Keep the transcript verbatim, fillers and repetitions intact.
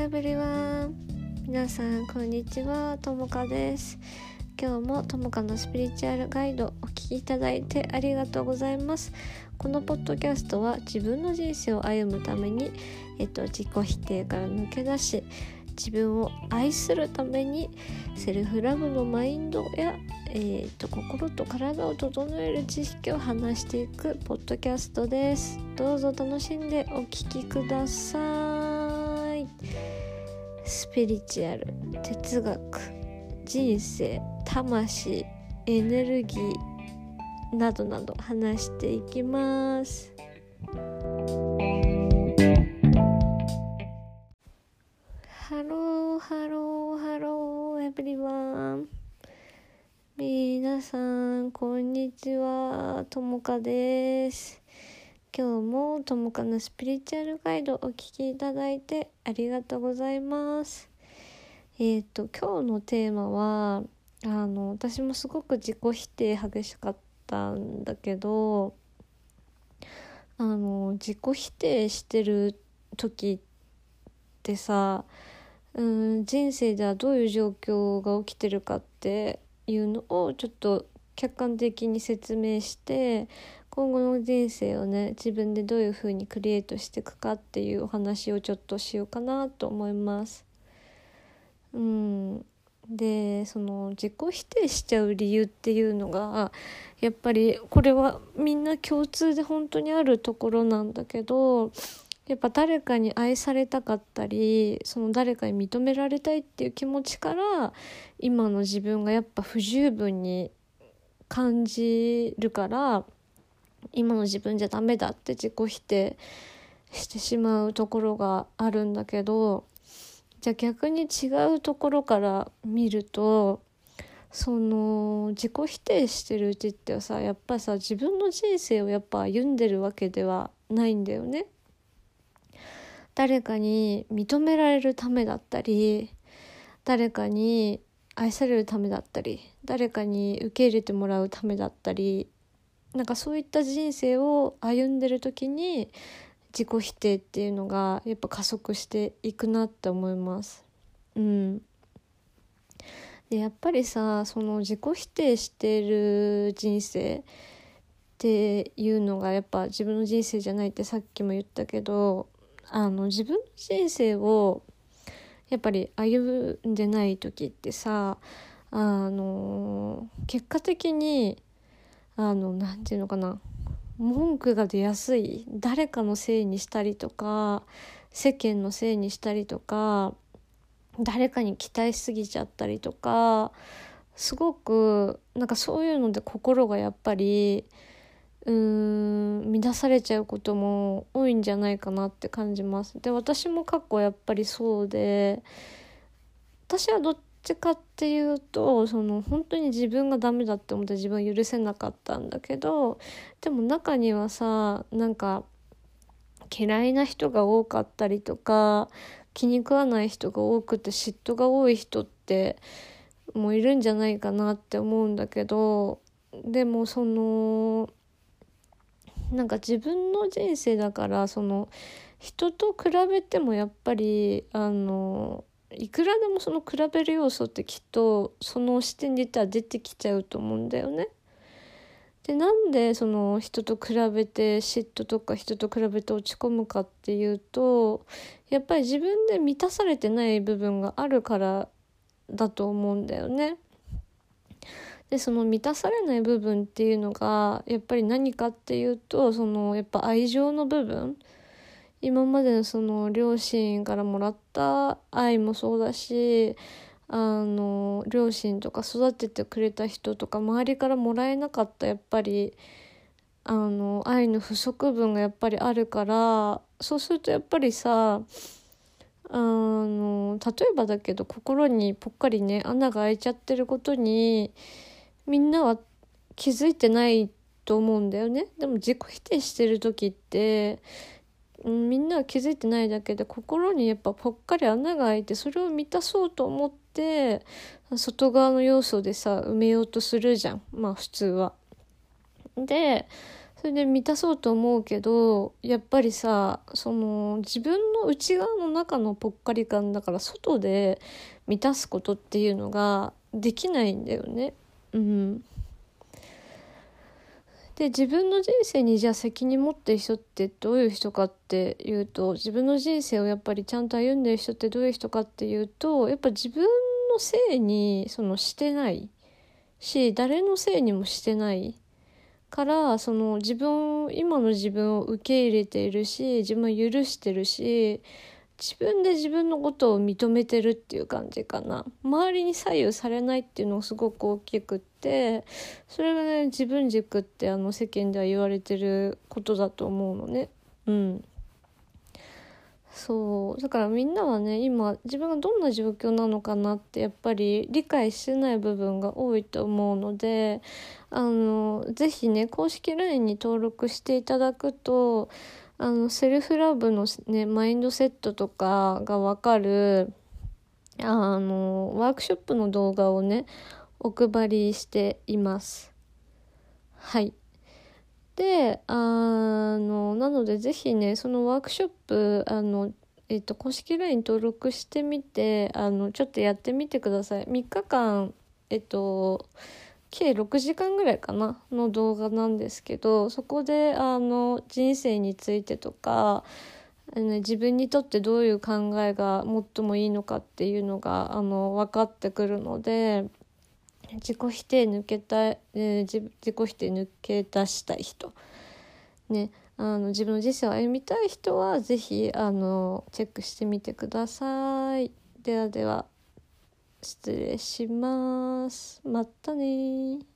エブリワン、皆さんこんにちは、ともかです。今日もともかのスピリチュアルガイドお聞きいただいてありがとうございます。このポッドキャストは自分の人生を歩むために、えっと、自己否定から抜け出し自分を愛するためにセルフラブのマインドや、えー、と心と体を整える知識を話していくポッドキャストです。どうぞ楽しんでお聞きください。スピリチュアル、哲学、人生、魂、エネルギーなどなど話していきます。ハローハローハローエブリワン、皆さんこんにちは、ともかです。今日もともかのスピリチュアルガイドお聞きいただいてありがとうございます。えっと今日のテーマはあの私もすごく自己否定激しかったんだけど、あの自己否定してる時ってさ、うん、人生ではどういう状況が起きてるかっていうのをちょっと客観的に説明して、今後の人生をね自分でどういう風にクリエイトしていくかっていうお話をちょっとしようかなと思います。うん、でその自己否定しちゃう理由っていうのがやっぱりこれはみんな共通で本当にあるところなんだけど、やっぱ誰かに愛されたかったり、その誰かに認められたいっていう気持ちから今の自分がやっぱ不十分に感じるから、今の自分じゃダメだって自己否定してしまうところがあるんだけど、じゃあ逆に違うところから見ると、その自己否定してるうちってさ、やっぱさ自分の人生をやっぱ歩んでるわけではないんだよね。誰かに認められるためだったり、誰かに愛されるためだったり、誰かに受け入れてもらうためだったり、なんかそういった人生を歩んでる時に自己否定っていうのがやっぱ加速していくなって思います。うん。でやっぱりさ、その自己否定してる人生っていうのがやっぱ自分の人生じゃないってさっきも言ったけど、あの自分の人生をやっぱり歩んでない時ってさ、あの結果的にあのなんていうのかな、文句が出やすい、誰かのせいにしたりとか世間のせいにしたりとか誰かに期待しすぎちゃったりとか、すごくなんかそういうので心がやっぱりうーん乱されちゃうことも多いんじゃないかなって感じます。で私も過去やっぱりそうで、私はどっちかっていうとその本当に自分がダメだって思って自分は許せなかったんだけど、でも中にはさ、なんか嫌いな人が多かったりとか気に食わない人が多くて嫉妬が多い人ってもういるんじゃないかなって思うんだけど、でもそのなんか自分の人生だから、その人と比べてもやっぱりあのいくらでもその比べる要素ってきっとその視点で言ったら出てきちゃうと思うんだよね。でなんでその人と比べて嫉妬とか人と比べて落ち込むかっていうと、やっぱり自分で満たされてない部分があるからだと思うんだよね。でその満たされない部分っていうのがやっぱり何かっていうと、そのやっぱ愛情の部分、今までのその両親からもらった愛もそうだし、あの両親とか育ててくれた人とか周りからもらえなかったやっぱりあの愛の不足分がやっぱりあるから、そうするとやっぱりさ、あの例えばだけど心にぽっかりね穴が開いちゃってることにみんなは気づいてないと思うんだよね。でも自己否定してる時ってみんなは気づいてないだけで心にやっぱぽっかり穴が開いて、それを満たそうと思って外側の要素でさ埋めようとするじゃん、まあ普通は。でそれで満たそうと思うけど、やっぱりさ、その自分の内側の中のぽっかり感だから、外で満たすことっていうのができないんだよね。うん。で、自分の人生にじゃあ責任持ってる人ってどういう人かっていうと、自分の人生をやっぱりちゃんと歩んでる人ってどういう人かっていうと、やっぱ自分のせいにそのしてないし、誰のせいにもしてないから、その自分、今の自分を受け入れているし、自分を許してるし、自分で自分のことを認めてるっていう感じかな。周りに左右されないっていうのがすごく大きくって、それがね、自分軸ってあの世間では言われてることだと思うのね。うん。そう。だからみんなはね、今自分がどんな状況なのかなってやっぱり理解してない部分が多いと思うので、あの、ぜひね、公式 ライン に登録していただくと、あのセルフラブのねマインドセットとかが分かるあのワークショップの動画をねお配りしています。はい。で、あのなのでぜひねそのワークショップあのえっと公式 ライン 登録してみてあのちょっとやってみてください。みっかかんえっと計ろくじかんぐらいかなの動画なんですけど、そこであの人生についてとかあの自分にとってどういう考えが最もいいのかっていうのがあの分かってくるので、自己否定抜けたい、えー自、自己否定抜け出したい人ね、あの自分の人生を歩みたい人はぜひあのチェックしてみてください。ではでは失礼します。またね。